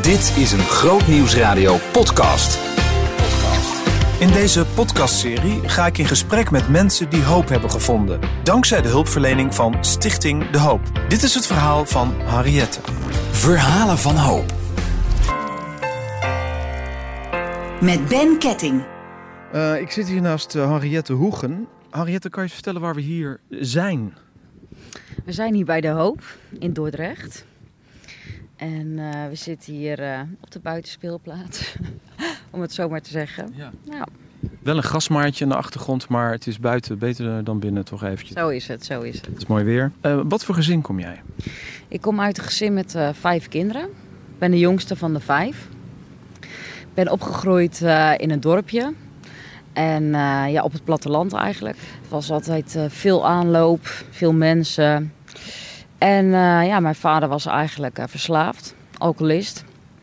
Dit is een Grootnieuwsradio podcast. In deze podcastserie ga ik in gesprek met mensen die hoop hebben gevonden. Dankzij de hulpverlening van Stichting De Hoop. Dit is het verhaal van Henriette. Verhalen van hoop. Met Ben Ketting. Ik zit hier naast Henriette Hoegen. Henriette, kan je vertellen waar we hier zijn? We zijn hier bij De Hoop in Dordrecht. En we zitten hier op de buitenspeelplaats, om het zo maar te zeggen. Ja. Nou. Wel een grasmaatje in de achtergrond, maar het is buiten beter dan binnen toch eventjes. Zo is het. Het is mooi weer. Wat voor gezin kom jij? Ik kom uit een gezin met 5 kinderen. Ik ben de jongste van de 5. Ik ben opgegroeid in een dorpje. En op het platteland eigenlijk. Het was altijd veel aanloop, veel mensen. En mijn vader was eigenlijk verslaafd, alcoholist.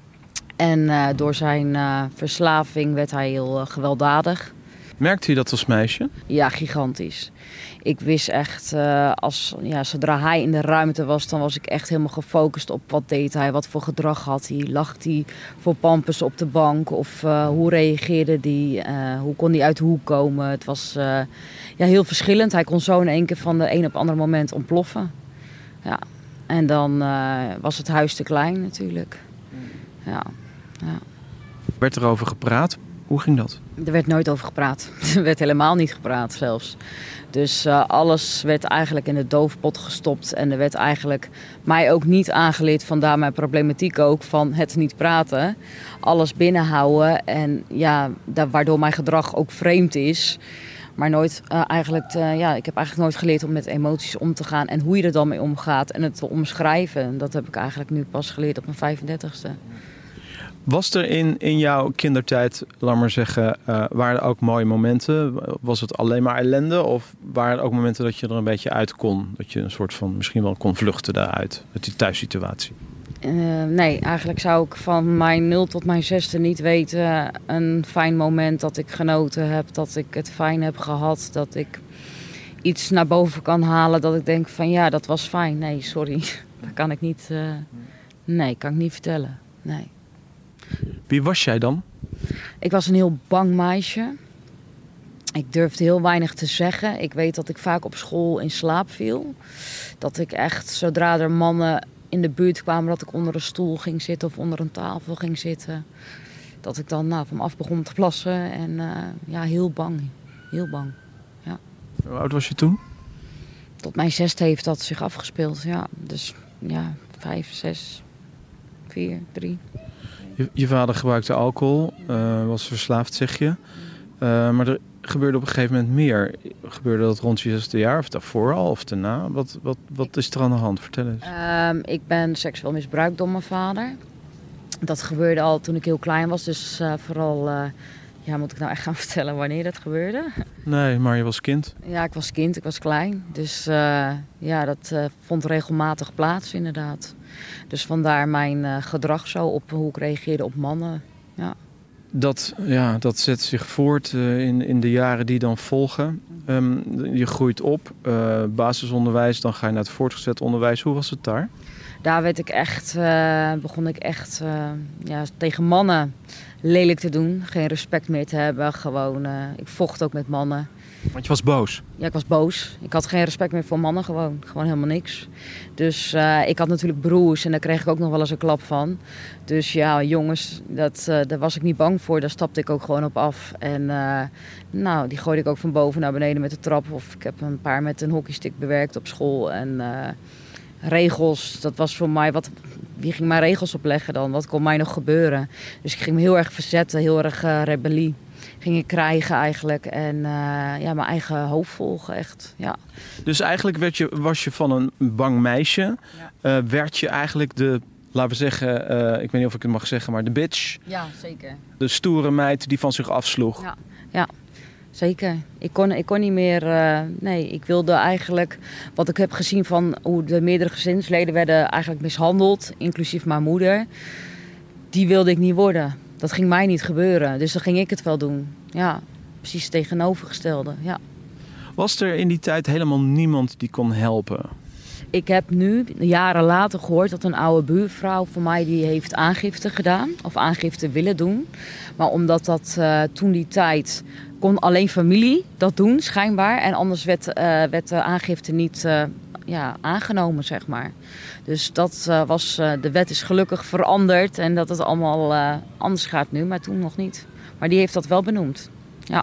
En door zijn verslaving werd hij heel gewelddadig. Merkte je dat als meisje? Ja, gigantisch. Ik wist echt, zodra hij in de ruimte was, dan was ik echt helemaal gefocust op wat deed hij, wat voor gedrag had hij. Lag hij voor pampers op de bank of hoe reageerde hij, hoe kon hij uit de hoek komen. Het was heel verschillend. Hij kon zo in één keer van de een op het andere moment ontploffen. Ja. En dan was het huis te klein natuurlijk. Ja. Werd er over gepraat? Hoe ging dat? Er werd nooit over gepraat. Er werd helemaal niet gepraat zelfs. Dus alles werd eigenlijk in de doofpot gestopt. En er werd eigenlijk mij ook niet aangeleerd, vandaar mijn problematiek ook, van het niet praten. Alles binnenhouden en waardoor mijn gedrag ook vreemd is. Maar nooit ik heb eigenlijk nooit geleerd om met emoties om te gaan. En hoe je er dan mee omgaat en het te omschrijven. Dat heb ik eigenlijk nu pas geleerd op mijn 35e. Was er in jouw kindertijd, laat maar zeggen, waren er ook mooie momenten? Was het alleen maar ellende? Of waren er ook momenten dat je er een beetje uit kon? Dat je een soort van misschien wel kon vluchten daaruit, uit die thuissituatie? Nee, eigenlijk zou ik van mijn 0 tot mijn 6e niet weten een fijn moment dat ik genoten heb. Dat ik het fijn heb gehad. Dat ik iets naar boven kan halen. Dat ik denk van ja, dat was fijn. Nee, sorry. Dat kan ik niet, kan ik niet vertellen. Nee. Wie was jij dan? Ik was een heel bang meisje. Ik durfde heel weinig te zeggen. Ik weet dat ik vaak op school in slaap viel. Dat ik echt, zodra er mannen in de buurt kwamen, dat ik onder een stoel ging zitten of onder een tafel ging zitten. Dat ik dan van me af begon te plassen. En heel bang. Heel bang. Ja. Hoe oud was je toen? Tot mijn 6e heeft dat zich afgespeeld. Ja. Dus 5, 6, 4, 3... Je vader gebruikte alcohol, was verslaafd, zeg je. Maar er gebeurde op een gegeven moment meer. Gebeurde dat rond je 6e jaar of daarvoor al of daarna? Wat is er aan de hand? Vertel eens. Ik ben seksueel misbruikt door mijn vader. Dat gebeurde al toen ik heel klein was. Dus vooral, moet ik nou echt gaan vertellen wanneer dat gebeurde? Nee, maar je was kind. Ja, ik was kind, ik was klein. Dus dat vond regelmatig plaats inderdaad. Dus vandaar mijn gedrag zo op hoe ik reageerde op mannen. Ja. Dat zet zich voort in de jaren die dan volgen. Je groeit op, basisonderwijs, dan ga je naar het voortgezet onderwijs. Hoe was het daar? Daar begon ik echt tegen mannen lelijk te doen. Geen respect meer te hebben. Gewoon, ik vocht ook met mannen. Want je was boos? Ja, ik was boos. Ik had geen respect meer voor mannen gewoon. Gewoon helemaal niks. Dus ik had natuurlijk broers en daar kreeg ik ook nog wel eens een klap van. Dus ja, jongens, daar was ik niet bang voor. Daar stapte ik ook gewoon op af. En die gooide ik ook van boven naar beneden met de trap. Of ik heb een paar met een hockeystick bewerkt op school. En regels, dat was voor mij, wie ging mij regels opleggen dan? Wat kon mij nog gebeuren? Dus ik ging me heel erg verzetten, heel erg rebellie. Ging ik krijgen eigenlijk en mijn eigen hoofd volgen echt, ja. Dus eigenlijk was je van een bang meisje, werd je eigenlijk de, laten we zeggen, ik weet niet of ik het mag zeggen, maar de bitch. Ja, zeker. De stoere meid die van zich afsloeg. Ja. Zeker. Ik kon niet meer, ik wilde eigenlijk, wat ik heb gezien van hoe de meerdere gezinsleden werden eigenlijk mishandeld, inclusief mijn moeder, die wilde ik niet worden. Dat ging mij niet gebeuren, dus dan ging ik het wel doen. Ja, precies het tegenovergestelde, ja. Was er in die tijd helemaal niemand die kon helpen? Ik heb nu, jaren later, gehoord dat een oude buurvrouw van mij die heeft aangifte gedaan. Of aangifte willen doen. Maar omdat dat toen die tijd kon alleen familie dat doen, schijnbaar. En anders werd de aangifte niet aangenomen, zeg maar. Dus dat de wet is gelukkig veranderd en dat het allemaal anders gaat nu, maar toen nog niet. Maar die heeft dat wel benoemd, ja.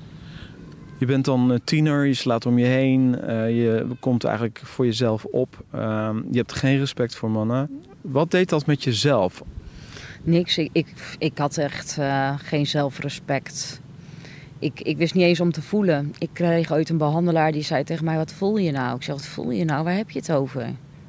Je bent dan tiener, je slaat om je heen, je komt eigenlijk voor jezelf op. Je hebt geen respect voor mannen. Wat deed dat met jezelf? Niks, ik had echt geen zelfrespect. Ik wist niet eens om te voelen. Ik kreeg ooit een behandelaar die zei tegen mij, wat voel je nou? Ik zeg, wat voel je nou? Waar heb je het over?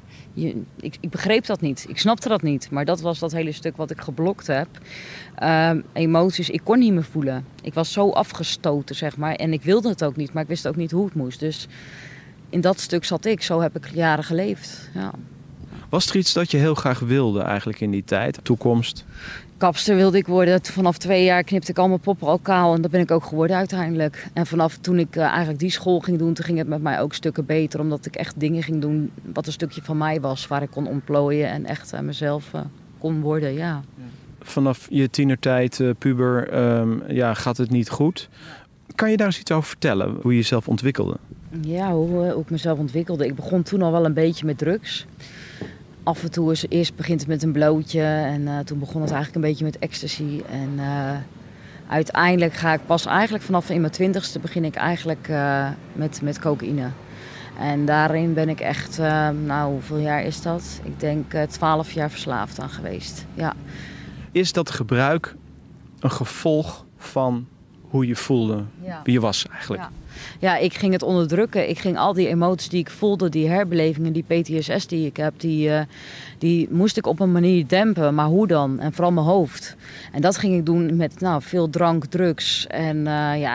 Ik begreep dat niet. Ik snapte dat niet. Maar dat was dat hele stuk wat ik geblokt heb. Emoties, ik kon niet meer voelen. Ik was zo afgestoten, zeg maar. En ik wilde het ook niet, maar ik wist ook niet hoe het moest. Dus in dat stuk zat ik. Zo heb ik jaren geleefd. Ja. Was er iets dat je heel graag wilde eigenlijk in die tijd? Toekomst? Kapster wilde ik worden. Vanaf 2 jaar knipte ik al mijn poppen al kaal. En dat ben ik ook geworden uiteindelijk. En vanaf toen ik eigenlijk die school ging doen, toen ging het met mij ook stukken beter. Omdat ik echt dingen ging doen wat een stukje van mij was. Waar ik kon ontplooien en echt mezelf kon worden, ja. Vanaf je tienertijd, puber, gaat het niet goed. Kan je daar eens iets over vertellen? Hoe je jezelf ontwikkelde? Ja, hoe ik mezelf ontwikkelde. Ik begon toen al wel een beetje met drugs. Af en toe eerst begint het met een blootje en toen begon het eigenlijk een beetje met ecstasy. En uiteindelijk ga ik pas eigenlijk vanaf in mijn 20ste begin ik eigenlijk met cocaïne. En daarin ben ik echt, hoeveel jaar is dat? Ik denk 12 jaar verslaafd aan geweest, ja. Is dat gebruik een gevolg van hoe je voelde, wie je was eigenlijk? Ja, ik ging het onderdrukken. Ik ging al die emoties die ik voelde, die herbelevingen, die PTSS die ik heb, die moest ik op een manier dempen. Maar hoe dan? En vooral mijn hoofd. En dat ging ik doen met veel drank, drugs en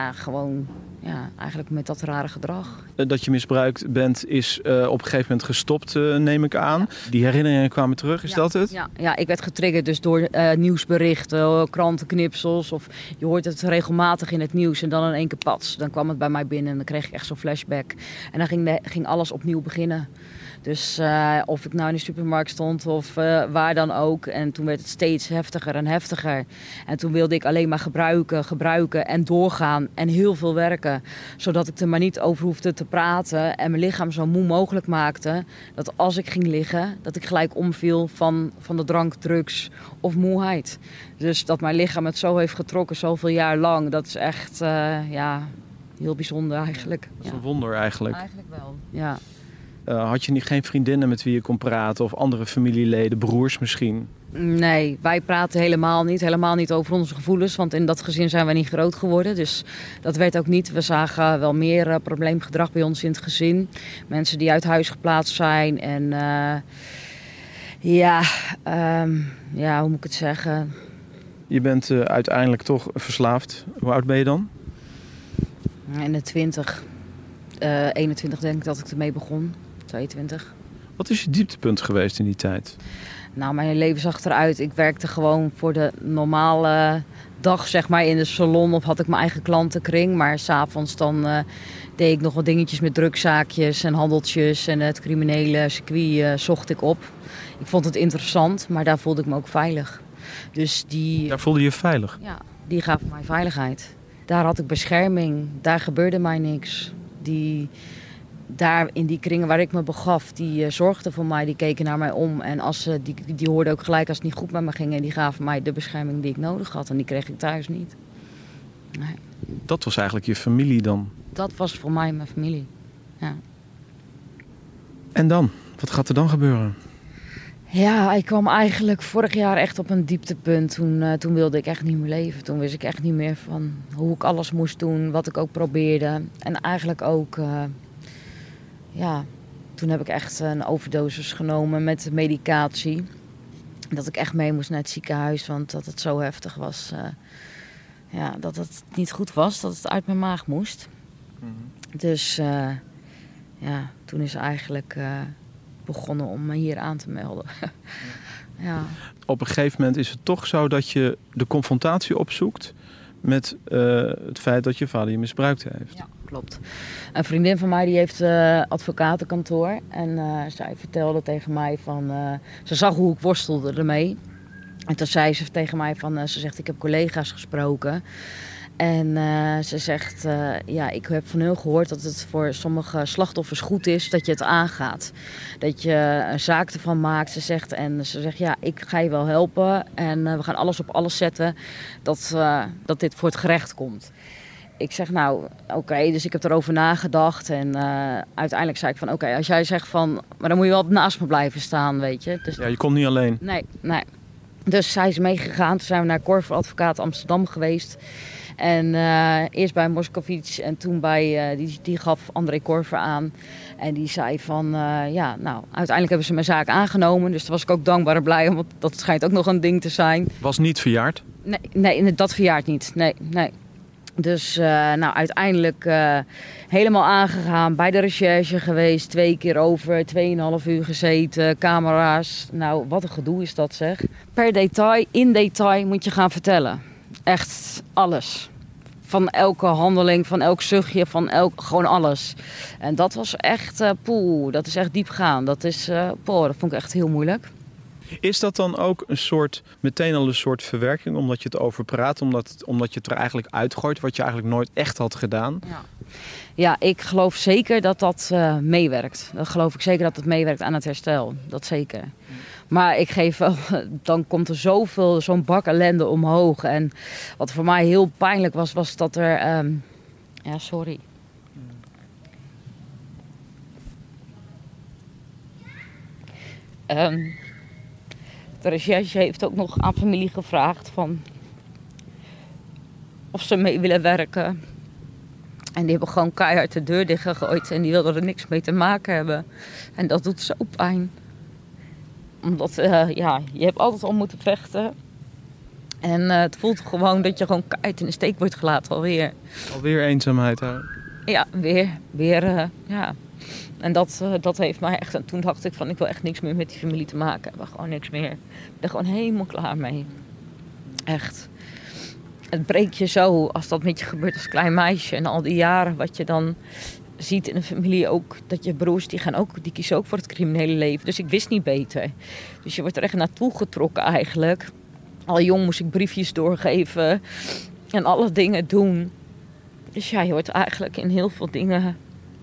eigenlijk met dat rare gedrag. Dat je misbruikt bent is op een gegeven moment gestopt, neem ik aan. Ja. Die herinneringen kwamen terug, is dat het? Ja, ik werd getriggerd dus door nieuwsberichten, krantenknipsels. Of je hoort het regelmatig in het nieuws en dan in één keer pats. Dan kwam het bij mij binnen en dan kreeg ik echt zo'n flashback. En dan ging alles opnieuw beginnen. Dus of ik nou in de supermarkt stond of waar dan ook. En toen werd het steeds heftiger en heftiger. En toen wilde ik alleen maar gebruiken en doorgaan en heel veel werken. Zodat ik er maar niet over hoefde te praten en mijn lichaam zo moe mogelijk maakte. Dat als ik ging liggen, dat ik gelijk omviel van de drank, drugs of moeheid. Dus dat mijn lichaam het zo heeft getrokken zoveel jaar lang. Dat is echt heel bijzonder eigenlijk. Dat is een wonder eigenlijk. Eigenlijk wel, ja. Had je geen vriendinnen met wie je kon praten of andere familieleden, broers misschien? Nee, wij praten helemaal niet over onze gevoelens, want in dat gezin zijn we niet groot geworden. Dus dat werd ook niet. We zagen wel meer probleemgedrag bij ons in het gezin. Mensen die uit huis geplaatst zijn en hoe moet ik het zeggen? Je bent uiteindelijk toch verslaafd. Hoe oud ben je dan? In de 20. 21 denk ik dat ik ermee begon. 22. Wat is je dieptepunt geweest in die tijd? Nou, mijn leven zag eruit. Ik werkte gewoon voor de normale dag, zeg maar, in de salon. Of had ik mijn eigen klantenkring. Maar 's avonds dan deed ik nog wat dingetjes met drugzaakjes en handeltjes. En het criminele circuit zocht ik op. Ik vond het interessant, maar daar voelde ik me ook veilig. Dus daar voelde je je veilig? Ja, die gaven mij veiligheid. Daar had ik bescherming. Daar gebeurde mij niks. Daar in die kringen waar ik me begaf, die zorgden voor mij, die keken naar mij om. En die hoorden ook gelijk als het niet goed met me ging. En die gaven mij de bescherming die ik nodig had. En die kreeg ik thuis niet. Nee. Dat was eigenlijk je familie dan? Dat was voor mij mijn familie, ja. En dan? Wat gaat er dan gebeuren? Ja, ik kwam eigenlijk vorig jaar echt op een dieptepunt. Toen wilde ik echt niet meer leven. Toen wist ik echt niet meer van hoe ik alles moest doen, wat ik ook probeerde. En eigenlijk ook, toen heb ik echt een overdosis genomen met medicatie. Dat ik echt mee moest naar het ziekenhuis, want dat het zo heftig was. Dat het niet goed was, dat het uit mijn maag moest. Mm-hmm. Dus toen is eigenlijk begonnen om me hier aan te melden. Ja. Op een gegeven moment is het toch zo dat je de confrontatie opzoekt met het feit dat je vader je misbruikt heeft. Ja. klopt. Een vriendin van mij die heeft advocatenkantoor. En zij vertelde tegen mij van... ze zag hoe ik worstelde ermee. En toen zei ze tegen mij van... ze zegt, ik heb collega's gesproken. En ze zegt... ik heb van hun gehoord dat het voor sommige slachtoffers goed is dat je het aangaat. Dat je een zaak ervan maakt. Ze zegt, ik ga je wel helpen. En we gaan alles op alles zetten dat dit voor het gerecht komt. Ik zeg oké, dus ik heb erover nagedacht. En uiteindelijk zei ik van oké, als jij zegt van... Maar dan moet je wel naast me blijven staan, weet je. Dus, Ja, je komt niet alleen. Nee. Dus zij is meegegaan. Toen zijn we naar Korver Advocaat Amsterdam geweest. En eerst bij Moskovits en toen bij... die gaf André Korver aan. En die zei van... uiteindelijk hebben ze mijn zaak aangenomen. Dus daar was ik ook dankbaar en blij om. Want dat schijnt ook nog een ding te zijn. Was niet verjaard? Nee, dat verjaart niet. Nee. Dus uiteindelijk helemaal aangegaan, bij de recherche geweest, 2 keer over, 2,5 uur gezeten, camera's. Nou, wat een gedoe is dat zeg. Per detail, in detail moet je gaan vertellen. Echt alles. Van elke handeling, van elk zuchtje, gewoon alles. En dat was echt, dat is echt diepgaand. Dat vond ik echt heel moeilijk. Is dat dan ook meteen al een soort verwerking, omdat je het over praat, omdat je het er eigenlijk uitgooit, wat je eigenlijk nooit echt had gedaan? Ja, ik geloof zeker dat meewerkt. Dat geloof ik zeker dat het meewerkt aan het herstel. Dat zeker. Maar ik geef wel, dan komt er zo'n bak ellende omhoog. En wat voor mij heel pijnlijk was dat er... sorry. De recherche heeft ook nog aan familie gevraagd van of ze mee willen werken. En die hebben gewoon keihard de deur dichtgegooid en die wilden er niks mee te maken hebben. En dat doet zo pijn. Omdat, je hebt altijd al moeten vechten. En het voelt gewoon dat je gewoon keihard in de steek wordt gelaten alweer. Alweer eenzaamheid, hè? Ja, weer. En dat heeft mij echt... En toen dacht ik van, ik wil echt niks meer met die familie te maken hebben. Gewoon niks meer. Ik ben er gewoon helemaal klaar mee. Echt. Het breekt je zo als dat met je gebeurt als klein meisje. En al die jaren wat je dan ziet in een familie ook. Dat je broers, die kiezen ook voor het criminele leven. Dus ik wist niet beter. Dus je wordt er echt naartoe getrokken eigenlijk. Al jong moest ik briefjes doorgeven. En alle dingen doen. Dus ja, je wordt eigenlijk in heel veel dingen...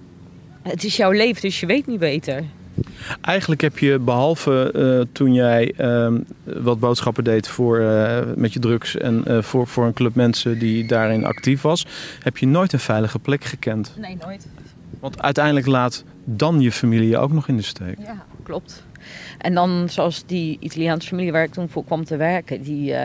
Het is jouw leven, dus je weet niet beter. Eigenlijk heb je, behalve toen jij wat boodschappen deed met je drugs en voor een club mensen die daarin actief was, heb je nooit een veilige plek gekend. Nee, nooit. Want uiteindelijk laat dan je familie je ook nog in de steek. Ja, klopt. En dan, zoals die Italiaanse familie waar ik toen voor kwam te werken,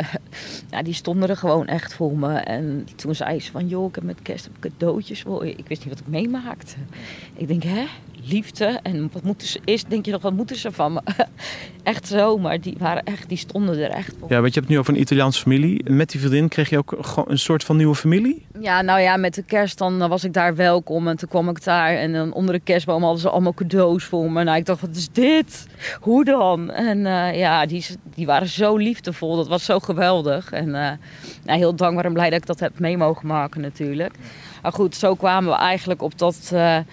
die stonden er gewoon echt voor me. En toen zei ze van, joh, ik heb met kerst cadeautjes voor je. Ik wist niet wat ik meemaakte. Ik denk, liefde? En wat moeten ze eerst? Denk je nog, wat moeten ze van me? Echt zo, maar die stonden er echt voor. Ja, want je hebt het nu over een Italiaanse familie. Met die vriendin kreeg je ook gewoon een soort van nieuwe familie? Ja, met de kerst dan was ik daar welkom en toen kwam ik daar. En dan onder de kerstboom hadden ze allemaal cadeaus voor me. Nou, ik dacht, wat is dit? Hoe dan? En die waren zo liefdevol. Dat was zo geweldig. En heel dankbaar en blij dat ik dat heb mee mogen maken natuurlijk. Maar goed, zo kwamen we eigenlijk op dat...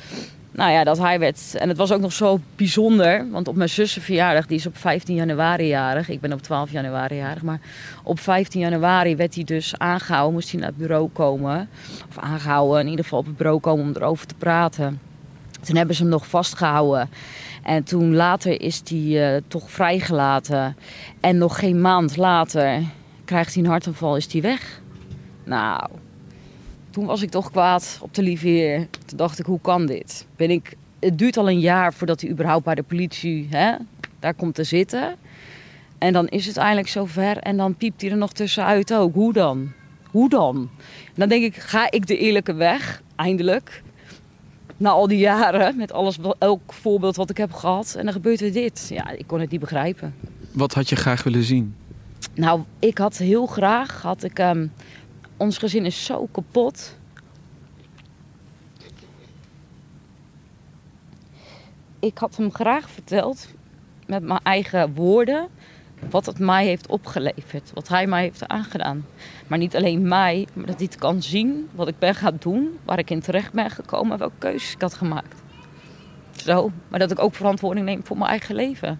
dat hij werd... En het was ook nog zo bijzonder. Want op mijn zussenverjaardag, die is op 15 januari jarig. Ik ben op 12 januari jarig. Maar op 15 januari werd hij dus aangehouden. Moest hij naar het bureau komen. Of aangehouden, in ieder geval op het bureau komen om erover te praten. Toen hebben ze hem nog vastgehouden. En toen later is hij toch vrijgelaten. En nog geen maand later krijgt hij een hartaanval, is hij weg. Nou... Toen was ik toch kwaad op de lieve heer. Toen dacht ik, hoe kan dit? Het duurt al een jaar voordat hij überhaupt bij de politie daar komt te zitten. En dan is het eindelijk zover en dan piept hij er nog tussenuit ook. Hoe dan? En dan denk ik, ga ik de eerlijke weg? Eindelijk. Na al die jaren, met elk voorbeeld wat ik heb gehad. En dan gebeurt er dit. Ja, ik kon het niet begrijpen. Wat had je graag willen zien? Nou, ik had heel graag... Ons gezin is zo kapot. Ik had hem graag verteld, met mijn eigen woorden, wat het mij heeft opgeleverd. Wat hij mij heeft aangedaan. Maar niet alleen mij, maar dat hij het kan zien wat ik ben gaan doen. Waar ik in terecht ben gekomen en welke keuzes ik had gemaakt. Zo, maar dat ik ook verantwoording neem voor mijn eigen leven.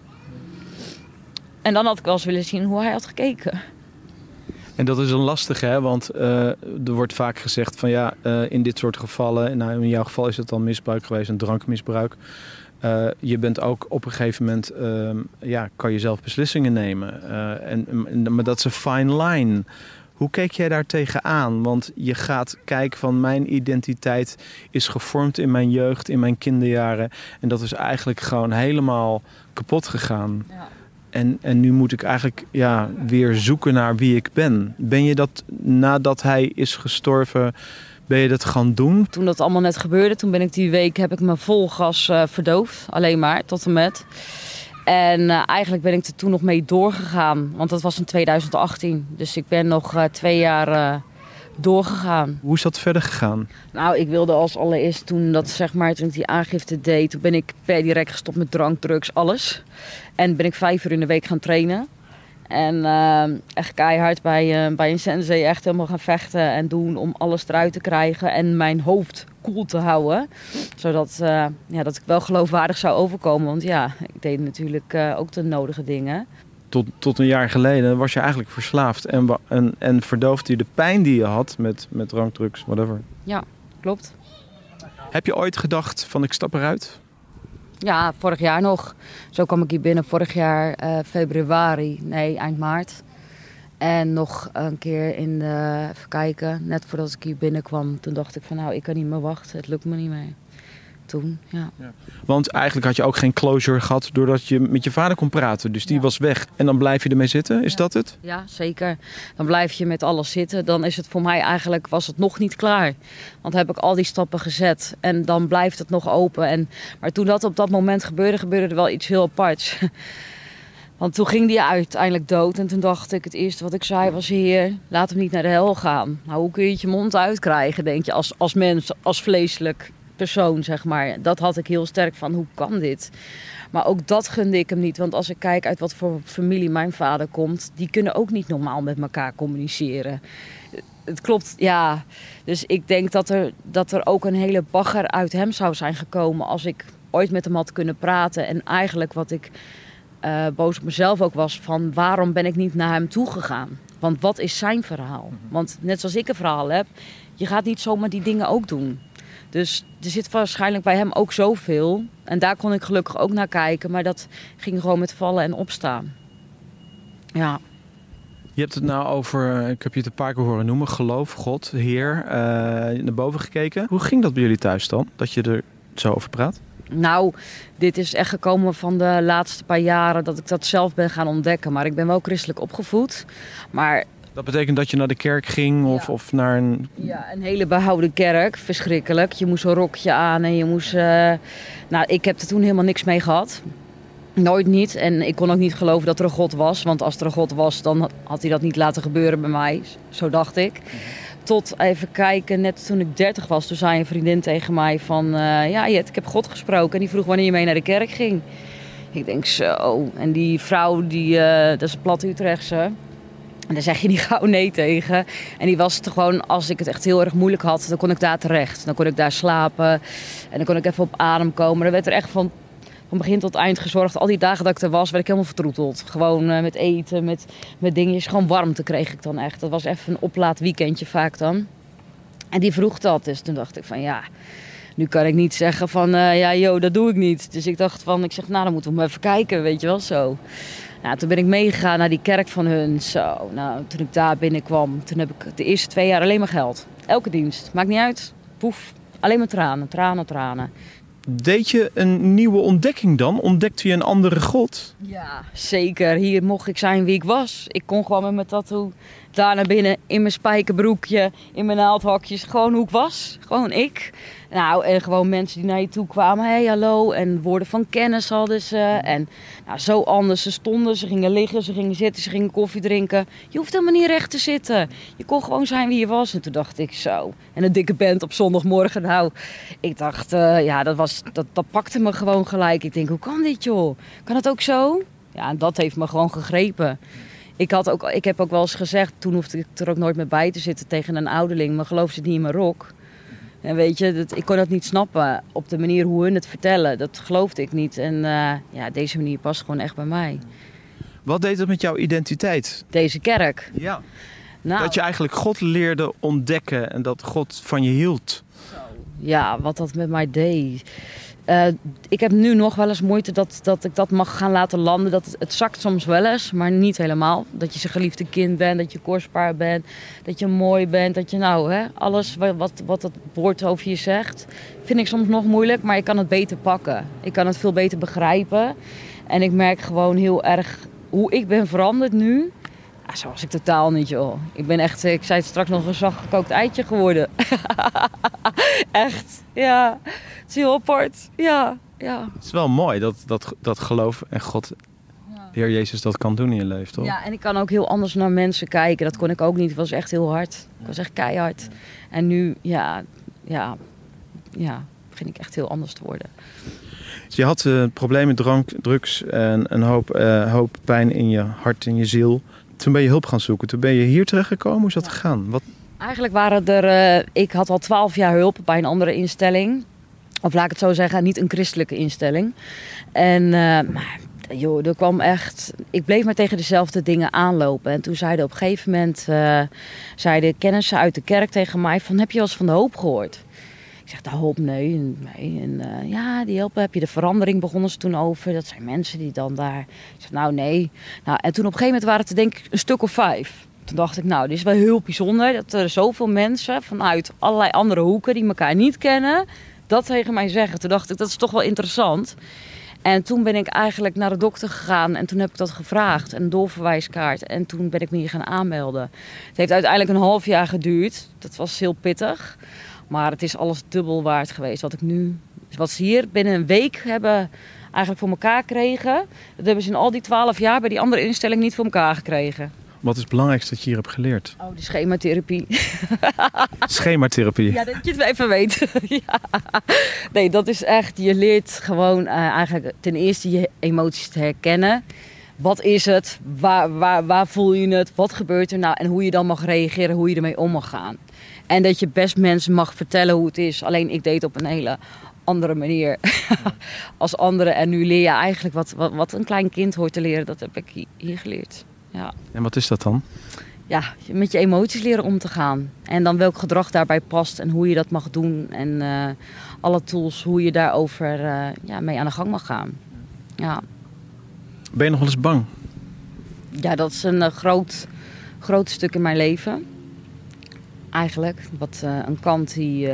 En dan had ik wel eens willen zien hoe hij had gekeken. En dat is een lastige, hè? Want er wordt vaak gezegd van ja, in dit soort gevallen, nou in jouw geval is het dan misbruik geweest, een drankmisbruik. Je bent ook op een gegeven moment, kan je zelf beslissingen nemen. Maar dat is een fine line. Hoe keek jij daar tegenaan? Want je gaat kijken van mijn identiteit is gevormd in mijn jeugd, in mijn kinderjaren. En dat is eigenlijk gewoon helemaal kapot gegaan. Ja. En nu moet ik eigenlijk weer zoeken naar wie ik ben. Ben je dat nadat hij is gestorven, ben je dat gaan doen? Toen dat allemaal net gebeurde, toen ben ik die week, heb ik me vol gas verdoofd. Alleen maar, tot en met. En eigenlijk ben ik er toen nog mee doorgegaan. Want dat was in 2018. Dus ik ben nog 2 jaar doorgegaan. Hoe is dat verder gegaan? Nou, ik wilde als allereerst toen ik die aangifte deed. Toen ben ik per direct gestopt met drank, drugs, alles. En ben ik 5 uur in de week gaan trainen. En echt keihard bij een sensei echt helemaal gaan vechten en doen om alles eruit te krijgen. En mijn hoofd koel te houden. Zodat dat ik wel geloofwaardig zou overkomen. Want ja, ik deed natuurlijk ook de nodige dingen. Tot een jaar geleden was je eigenlijk verslaafd en verdoofde je de pijn die je had met drank, drugs, whatever. Ja, klopt. Heb je ooit gedacht van ik stap eruit? Ja, vorig jaar nog. Zo kwam ik hier binnen vorig jaar eind maart. En nog een keer even kijken, net voordat ik hier binnenkwam. Toen dacht ik van nou, ik kan niet meer wachten. Het lukt me niet meer. Toen, ja. Want eigenlijk had je ook geen closure gehad doordat je met je vader kon praten. Dus die was weg. En dan blijf je ermee zitten? Is dat het? Ja, zeker. Dan blijf je met alles zitten. Dan is het voor mij eigenlijk, was het nog niet klaar. Want heb ik al die stappen gezet. En dan blijft het nog open. Maar toen dat op dat moment gebeurde er wel iets heel aparts. Want toen ging die uiteindelijk dood. En toen dacht ik, het eerste wat ik zei was: Heer, laat hem niet naar de hel gaan. Nou, hoe kun je het je mond uitkrijgen, denk je, als mens, als vleeselijk persoon, zeg maar. Dat had ik heel sterk van, hoe kan dit? Maar ook dat gunde ik hem niet. Want als ik kijk uit wat voor familie mijn vader komt, die kunnen ook niet normaal met elkaar communiceren. Het klopt, ja. Dus ik denk dat er ook een hele bagger uit hem zou zijn gekomen als ik ooit met hem had kunnen praten. En eigenlijk wat ik boos op mezelf ook was van, waarom ben ik niet naar hem toegegaan? Want wat is zijn verhaal? Want net zoals ik een verhaal heb, je gaat niet zomaar die dingen ook doen. Dus er zit waarschijnlijk bij hem ook zoveel. En daar kon ik gelukkig ook naar kijken. Maar dat ging gewoon met vallen en opstaan. Ja. Je hebt het nou over, ik heb je het een paar keer horen noemen, geloof, God, Heer, naar boven gekeken. Hoe ging dat bij jullie thuis dan, dat je er zo over praat? Nou, dit is echt gekomen van de laatste paar jaren dat ik dat zelf ben gaan ontdekken. Maar ik ben wel christelijk opgevoed. Maar dat betekent dat je naar de kerk ging of naar een... Ja, een hele behouden kerk. Verschrikkelijk. Je moest een rokje aan en je moest... ik heb er toen helemaal niks mee gehad. Nooit niet. En ik kon ook niet geloven dat er een God was. Want als er een God was, dan had hij dat niet laten gebeuren bij mij. Zo dacht ik. Tot even kijken, net toen ik 30 was, toen zei een vriendin tegen mij van... Jet, ik heb God gesproken. En die vroeg wanneer je mee naar de kerk ging. Ik denk zo. En die vrouw, dat is een plat Utrechtse... En daar zeg je niet gauw nee tegen. En die was het gewoon, als ik het echt heel erg moeilijk had, dan kon ik daar terecht. Dan kon ik daar slapen en dan kon ik even op adem komen. Dan werd er echt van begin tot eind gezorgd. Al die dagen dat ik er was, werd ik helemaal vertroeteld. Gewoon met eten, met dingetjes. Gewoon warmte kreeg ik dan echt. Dat was even een oplaadweekendje vaak dan. En die vroeg dat. Dus toen dacht ik van ja, nu kan ik niet zeggen van dat doe ik niet. Dus ik dacht van, dan moeten we maar even kijken, weet je wel, zo. Nou, toen ben ik meegegaan naar die kerk van hun. Zo, nou, toen ik daar binnenkwam, toen heb ik de eerste 2 jaar alleen maar geld. Elke dienst, maakt niet uit. Poef, alleen maar tranen. Deed je een nieuwe ontdekking dan? Ontdekte je een andere God? Ja, zeker. Hier mocht ik zijn wie ik was. Ik kon gewoon met mijn tattoo daar naar binnen, in mijn spijkerbroekje, in mijn naaldhokjes. Gewoon hoe ik was. Gewoon ik. Nou, en gewoon mensen die naar je toe kwamen. Hey, hallo. En woorden van kennis hadden ze. En nou, zo anders. Ze stonden, ze gingen liggen, ze gingen zitten, ze gingen koffie drinken. Je hoeft helemaal niet recht te zitten. Je kon gewoon zijn wie je was. En toen dacht ik zo. En een dikke band op zondagmorgen. Nou, ik dacht, dat pakte me gewoon gelijk. Ik denk, hoe kan dit joh? Kan het ook zo? Ja, en dat heeft me gewoon gegrepen. Ik heb ook wel eens gezegd, toen hoefde ik er ook nooit meer bij te zitten tegen een ouderling. Maar geloof ze niet in mijn rok. En weet je, ik kon dat niet snappen op de manier hoe hun het vertellen. Dat geloofde ik niet. En deze manier past gewoon echt bij mij. Wat deed het met jouw identiteit? Deze kerk. Ja. Nou, Dat je eigenlijk God leerde ontdekken en dat God van je hield. Ja, wat dat met mij deed. Ik heb nu nog wel eens moeite dat ik dat mag gaan laten landen. Het zakt soms wel eens, maar niet helemaal. Dat je zijn geliefde kind bent, dat je kostbaar bent, dat je mooi bent. Dat je alles wat het woord over je zegt, vind ik soms nog moeilijk. Maar ik kan het beter pakken. Ik kan het veel beter begrijpen. En ik merk gewoon heel erg hoe ik ben veranderd nu. Ja, zo was ik totaal niet, joh. Ik ben echt, ik zei het straks, nog een zacht gekookt eitje geworden. Echt, ja. Het is heel apart, ja. Het is wel mooi dat geloof en God, Heer Jezus, dat kan doen in je leven, toch? Ja, en ik kan ook heel anders naar mensen kijken. Dat kon ik ook niet. Het was echt heel hard. Ik was echt keihard. En nu, begin ik echt heel anders te worden. Je had problemen, drank, drugs en een hoop pijn in je hart en je ziel. Toen ben je hulp gaan zoeken. Toen ben je hier terechtgekomen. Hoe is dat gegaan? Eigenlijk waren er... ik had al 12 jaar hulp bij een andere instelling. Of laat ik het zo zeggen, niet een christelijke instelling. En er kwam echt... Ik bleef maar tegen dezelfde dingen aanlopen. En toen zeiden op een gegeven moment... zeiden kennissen uit de kerk tegen mij van... Heb je wel eens van de hoop gehoord? Ik zeg, de hoop, nee. En die hoop, heb je de verandering begonnen ze toen over. Dat zijn mensen die dan daar... Ik zeg, nou, nee. Nou, en toen op een gegeven moment waren het denk ik een stuk of 5. Toen dacht ik, nou, dit is wel heel bijzonder. Dat er zoveel mensen vanuit allerlei andere hoeken die elkaar niet kennen... dat tegen mij zeggen. Toen dacht ik, dat is toch wel interessant. En toen ben ik eigenlijk naar de dokter gegaan. En toen heb ik dat gevraagd. Een doorverwijskaart. En toen ben ik me hier gaan aanmelden. Het heeft uiteindelijk een half jaar geduurd. Dat was heel pittig. Maar het is alles dubbel waard geweest. Wat ze hier binnen een week hebben eigenlijk voor elkaar gekregen. Dat hebben ze in al die 12 jaar bij die andere instelling niet voor elkaar gekregen. Wat is het belangrijkste dat je hier hebt geleerd? Oh, die schematherapie. Schematherapie? Ja, dat je het even weet. Ja. Nee, dat is echt... Je leert gewoon eigenlijk ten eerste je emoties te herkennen. Wat is het? Waar voel je het? Wat gebeurt er nou? En hoe je dan mag reageren, hoe je ermee om mag gaan. En dat je best mensen mag vertellen hoe het is. Alleen ik deed op een hele andere manier als anderen. En nu leer je eigenlijk wat een klein kind hoort te leren. Dat heb ik hier geleerd. Ja. En wat is dat dan? Ja, met je emoties leren om te gaan. En dan welk gedrag daarbij past en hoe je dat mag doen. En alle tools, hoe je daarover mee aan de gang mag gaan. Ja. Ben je nog wel eens bang? Ja, dat is een groot stuk in mijn leven. Eigenlijk. Een kant die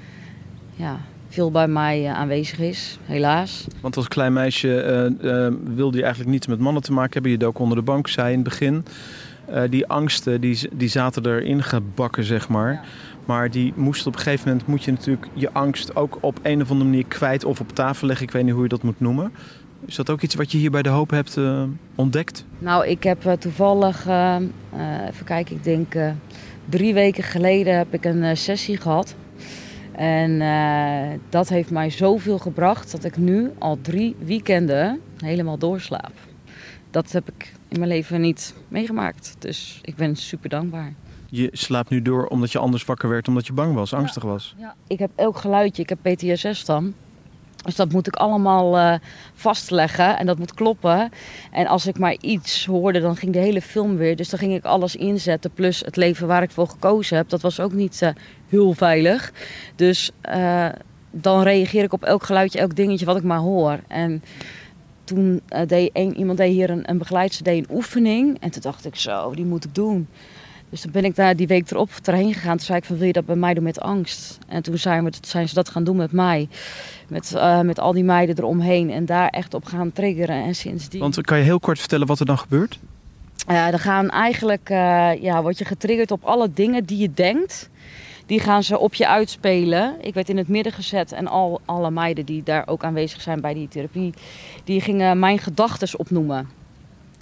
veel bij mij aanwezig is, helaas. Want als klein meisje wilde je eigenlijk niets met mannen te maken hebben. Je dook onder de bank, zei in het begin. Die angsten die zaten erin gebakken, zeg maar. Ja. Maar die moest op een gegeven moment... moet je natuurlijk je angst ook op een of andere manier kwijt of op tafel leggen. Ik weet niet hoe je dat moet noemen. Is dat ook iets wat je hier bij De Hoop hebt ontdekt? Nou, ik heb toevallig... even kijken, ik denk 3 weken geleden heb ik een sessie gehad. En dat heeft mij zoveel gebracht dat ik nu al 3 weekenden helemaal doorslaap. Dat heb ik in mijn leven niet meegemaakt. Dus ik ben super dankbaar. Je slaapt nu door omdat je anders wakker werd, omdat je bang was, angstig was? Ja. Ik heb elk geluidje, ik heb PTSS dan. Dus dat moet ik allemaal vastleggen en dat moet kloppen. En als ik maar iets hoorde, dan ging de hele film weer. Dus dan ging ik alles inzetten. Plus het leven waar ik voor gekozen heb, dat was ook niet heel veilig. Dus dan reageer ik op elk geluidje, elk dingetje wat ik maar hoor. En toen iemand deed hier een begeleidster deed een oefening. En toen dacht ik zo, die moet ik doen. Dus toen ben ik daar die week erop erheen gegaan. Toen zei ik van, wil je dat bij mij doen met angst? En toen zijn ze dat gaan doen met mij. Met al die meiden eromheen. En daar echt op gaan triggeren. En sindsdien... Want kan je heel kort vertellen wat er dan gebeurt? Dan gaan eigenlijk... word je getriggerd op alle dingen die je denkt. Die gaan ze op je uitspelen. Ik werd in het midden gezet. En alle meiden die daar ook aanwezig zijn bij die therapie... die gingen mijn gedachtes opnoemen.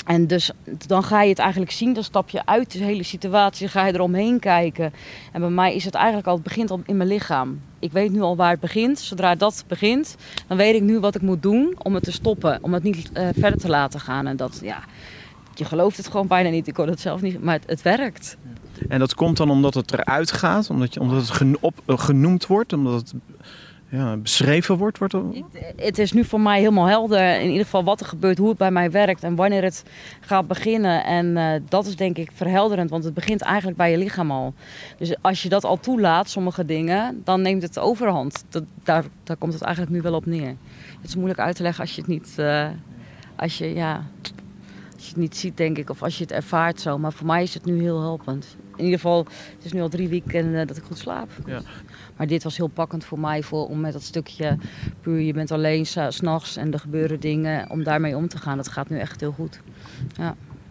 En dus dan ga je het eigenlijk zien, dan stap je uit de hele situatie, ga je eromheen kijken. En bij mij is het eigenlijk al, het begint al in mijn lichaam. Ik weet nu al waar het begint. Zodra dat begint, dan weet ik nu wat ik moet doen om het te stoppen. Om het niet verder te laten gaan. En dat, ja, je gelooft het gewoon bijna niet. Ik hoor het zelf niet, maar het werkt. En dat komt dan omdat het eruit gaat? Omdat het genoemd wordt? Omdat het beschreven wordt? Het is nu voor mij helemaal helder. In ieder geval wat er gebeurt, hoe het bij mij werkt en wanneer het gaat beginnen. En dat is denk ik verhelderend, want het begint eigenlijk bij je lichaam al. Dus als je dat al toelaat, sommige dingen, dan neemt het overhand. Daar komt het eigenlijk nu wel op neer. Het is moeilijk uit te leggen als je het niet, als je het niet ziet, denk ik, of als je het ervaart zo. Maar voor mij is het nu heel helpend. In ieder geval, het is nu al 3 weken dat ik goed slaap. Ja. Maar dit was heel pakkend voor mij, om met dat stukje puur, je bent alleen 's nachts en er gebeuren dingen, om daarmee om te gaan. Dat gaat nu echt heel goed. Ja.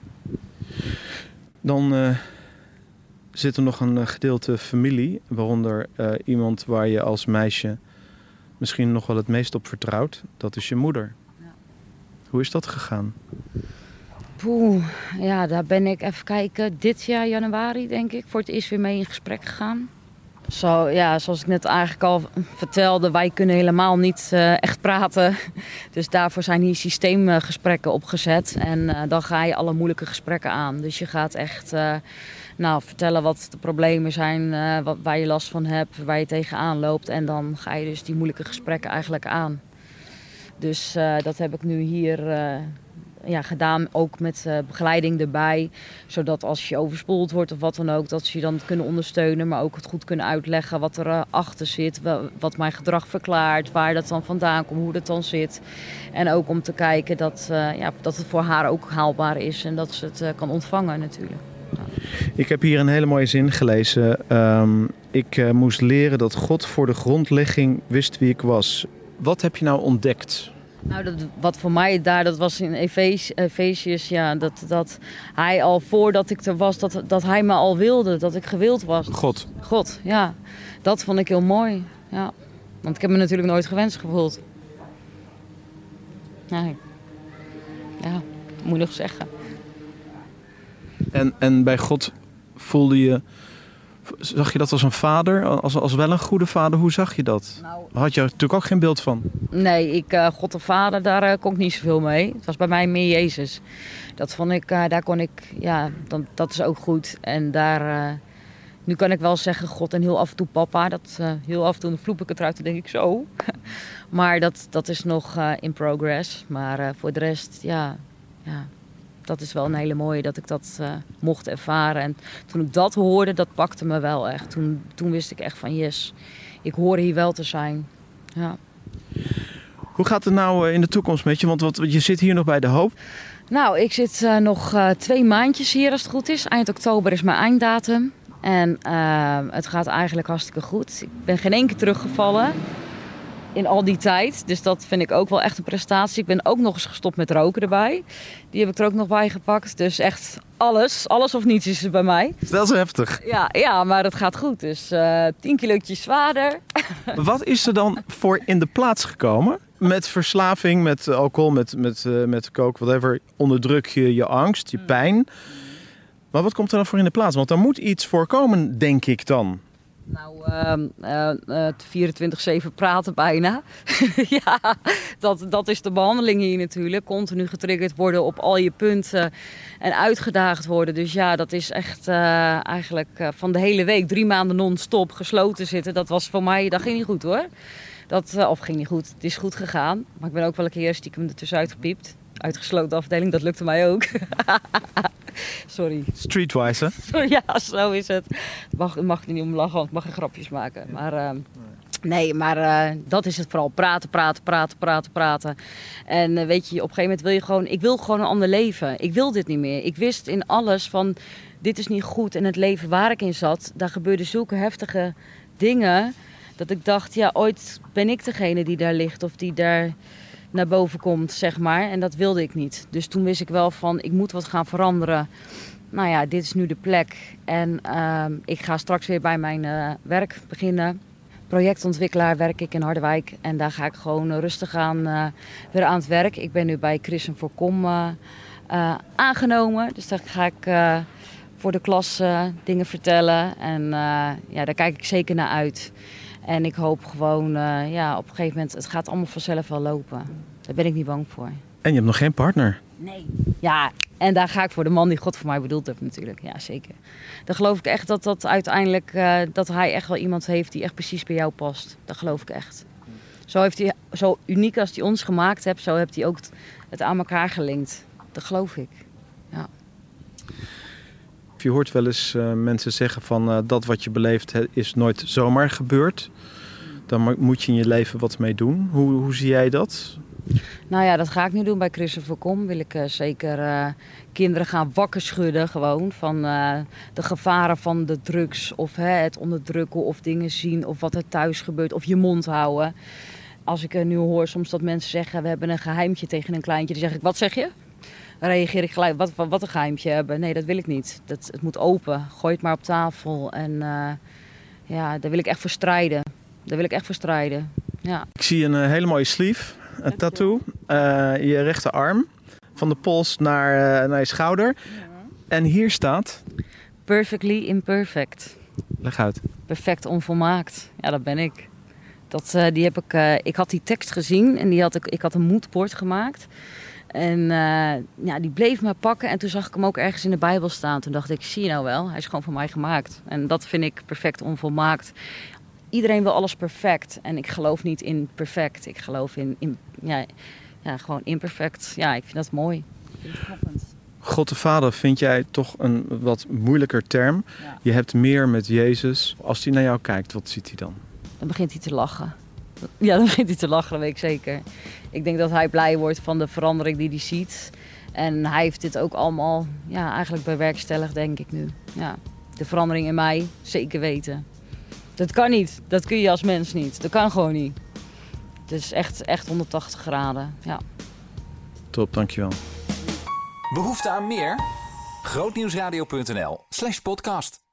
Dan zit er nog een gedeelte familie, waaronder iemand waar je als meisje misschien nog wel het meest op vertrouwt. Dat is je moeder. Ja. Hoe is dat gegaan? Ja, daar ben ik, even kijken, dit jaar januari denk ik, voor het eerst weer mee in gesprek gegaan. Zo, ja, zoals ik net eigenlijk al vertelde, wij kunnen helemaal niet echt praten. Dus daarvoor zijn hier systeemgesprekken opgezet. En dan ga je alle moeilijke gesprekken aan. Dus je gaat echt vertellen wat de problemen zijn, waar je last van hebt, waar je tegenaan loopt. En dan ga je dus die moeilijke gesprekken eigenlijk aan. Dus dat heb ik nu hier gedaan, ook met begeleiding erbij. Zodat als je overspoeld wordt of wat dan ook, dat ze je dan kunnen ondersteunen. Maar ook het goed kunnen uitleggen wat er achter zit. Wat mijn gedrag verklaart, waar dat dan vandaan komt, hoe dat dan zit. En ook om te kijken dat het voor haar ook haalbaar is en dat ze het kan ontvangen natuurlijk. Ja. Ik heb hier een hele mooie zin gelezen. Ik moest leren dat God voor de grondlegging wist wie ik was. Wat heb je nou ontdekt? Nou, wat voor mij dat was in Efesiërs, ja, dat hij al voordat ik er was, dat hij me al wilde, dat ik gewild was. God, ja. Dat vond ik heel mooi, ja. Want ik heb me natuurlijk nooit gewenst gevoeld. Nee. Ja, moet je nog zeggen. En bij God zag je dat als een vader, als wel een goede vader? Hoe zag je dat? Nou, had je er natuurlijk ook geen beeld van? Nee, God de Vader, daar kon ik niet zoveel mee. Het was bij mij meer Jezus. Dat vond ik, daar kon ik, ja, dat is ook goed. En daar, nu kan ik wel zeggen God en heel af en toe papa. Heel af en toe vloep ik het eruit en denk ik zo. Maar dat is nog in progress. Maar voor de rest, ja. Dat is wel een hele mooie dat ik dat mocht ervaren. En toen ik dat hoorde, dat pakte me wel echt. Toen wist ik echt van yes, ik hoor hier wel te zijn. Ja. Hoe gaat het nou in de toekomst met je? Want je zit hier nog bij De Hoop. Nou, ik zit nog 2 maandjes hier als het goed is. Eind oktober is mijn einddatum. En het gaat eigenlijk hartstikke goed. Ik ben geen één keer teruggevallen in al die tijd. Dus dat vind ik ook wel echt een prestatie. Ik ben ook nog eens gestopt met roken erbij. Die heb ik er ook nog bij gepakt. Dus echt alles of niets is er bij mij. Dat is heftig. Ja, maar het gaat goed. Dus 10 kilootjes zwaarder. Wat is er dan voor in de plaats gekomen? Met verslaving, met alcohol, met coke, whatever. Onderdruk je je angst, je pijn. Maar wat komt er dan voor in de plaats? Want er moet iets voorkomen, denk ik dan. Nou, 24/7 praten bijna. Ja, dat is de behandeling hier natuurlijk. Continu getriggerd worden op al je punten en uitgedaagd worden. Dus ja, dat is echt eigenlijk van de hele week 3 maanden non-stop gesloten zitten. Dat was voor mij, dat ging niet goed hoor. Of ging niet goed, het is goed gegaan. Maar ik ben ook wel een keer stiekem ertussenuit gepiept. Uitgesloten afdeling, dat lukte mij ook. Sorry. Streetwise, hè? Sorry, ja, zo is het. Mag er niet om lachen, want ik mag geen grapjes maken. Maar dat is het vooral. Praten. En weet je, op een gegeven moment ik wil gewoon een ander leven. Ik wil dit niet meer. Ik wist in alles van, dit is niet goed. En het leven waar ik in zat, daar gebeurden zulke heftige dingen. Dat ik dacht, ja, ooit ben ik degene die daar ligt of die daar naar boven komt, zeg maar. En dat wilde ik niet. Dus toen wist ik wel van, ik moet wat gaan veranderen. Nou ja, dit is nu de plek. En ik ga straks weer bij mijn werk beginnen. Projectontwikkelaar werk ik in Harderwijk. En daar ga ik gewoon rustig aan weer aan het werk. Ik ben nu bij Chris en Voorkom aangenomen. Dus dan ga ik voor de klas dingen vertellen. En daar kijk ik zeker naar uit. En ik hoop gewoon, op een gegeven moment, het gaat allemaal vanzelf wel lopen. Daar ben ik niet bang voor. En je hebt nog geen partner. Nee. Ja, en daar ga ik voor de man die God voor mij bedoeld heeft natuurlijk. Ja, zeker. Dan geloof ik echt dat uiteindelijk, dat hij echt wel iemand heeft die echt precies bij jou past. Dat geloof ik echt. Zo uniek als hij ons gemaakt heeft, zo heeft hij ook het aan elkaar gelinkt. Dat geloof ik. Ja. Je hoort wel eens mensen zeggen van dat wat je beleeft is nooit zomaar gebeurd. Dan moet je in je leven wat mee doen. Hoe zie jij dat? Nou ja, dat ga ik nu doen bij Christopher Kom. Wil ik zeker kinderen gaan wakker schudden gewoon van de gevaren van de drugs. Of het onderdrukken of dingen zien of wat er thuis gebeurt. Of je mond houden. Als ik nu hoor soms dat mensen zeggen we hebben een geheimtje tegen een kleintje. Dan zeg ik, wat zeg je? Dan reageer ik gelijk, wat een geheimtje hebben. Nee, dat wil ik niet. Het moet open. Gooi het maar op tafel. En daar wil ik echt voor strijden. Ja. Ik zie een hele mooie sleeve. Een tattoo. Je rechterarm. Van de pols naar je schouder. Ja. En hier staat... Perfectly imperfect. Leg uit. Perfect onvolmaakt. Ja, dat ben ik. Die heb ik had die tekst gezien en ik had een moodboard gemaakt. En die bleef me pakken. En toen zag ik hem ook ergens in de Bijbel staan. Toen dacht ik, zie je nou wel, hij is gewoon voor mij gemaakt. En dat vind ik perfect onvolmaakt. Iedereen wil alles perfect. En ik geloof niet in perfect. Ik geloof in gewoon imperfect. Ja, ik vind dat mooi. Ik vind het kloppend. God de Vader vind jij toch een wat moeilijker term. Ja. Je hebt meer met Jezus. Als hij naar jou kijkt, wat ziet hij dan? Dan begint hij te lachen. Ja, dan begint hij te lachen, dat weet ik zeker. Ik denk dat hij blij wordt van de verandering die hij ziet. En hij heeft dit ook allemaal eigenlijk bewerkstelligd, denk ik nu. Ja, de verandering in mij, zeker weten. Dat kan niet. Dat kun je als mens niet. Dat kan gewoon niet. Het is echt 180 graden, ja. Top, dankjewel. Behoefte aan meer? Grootnieuwsradio.nl/podcast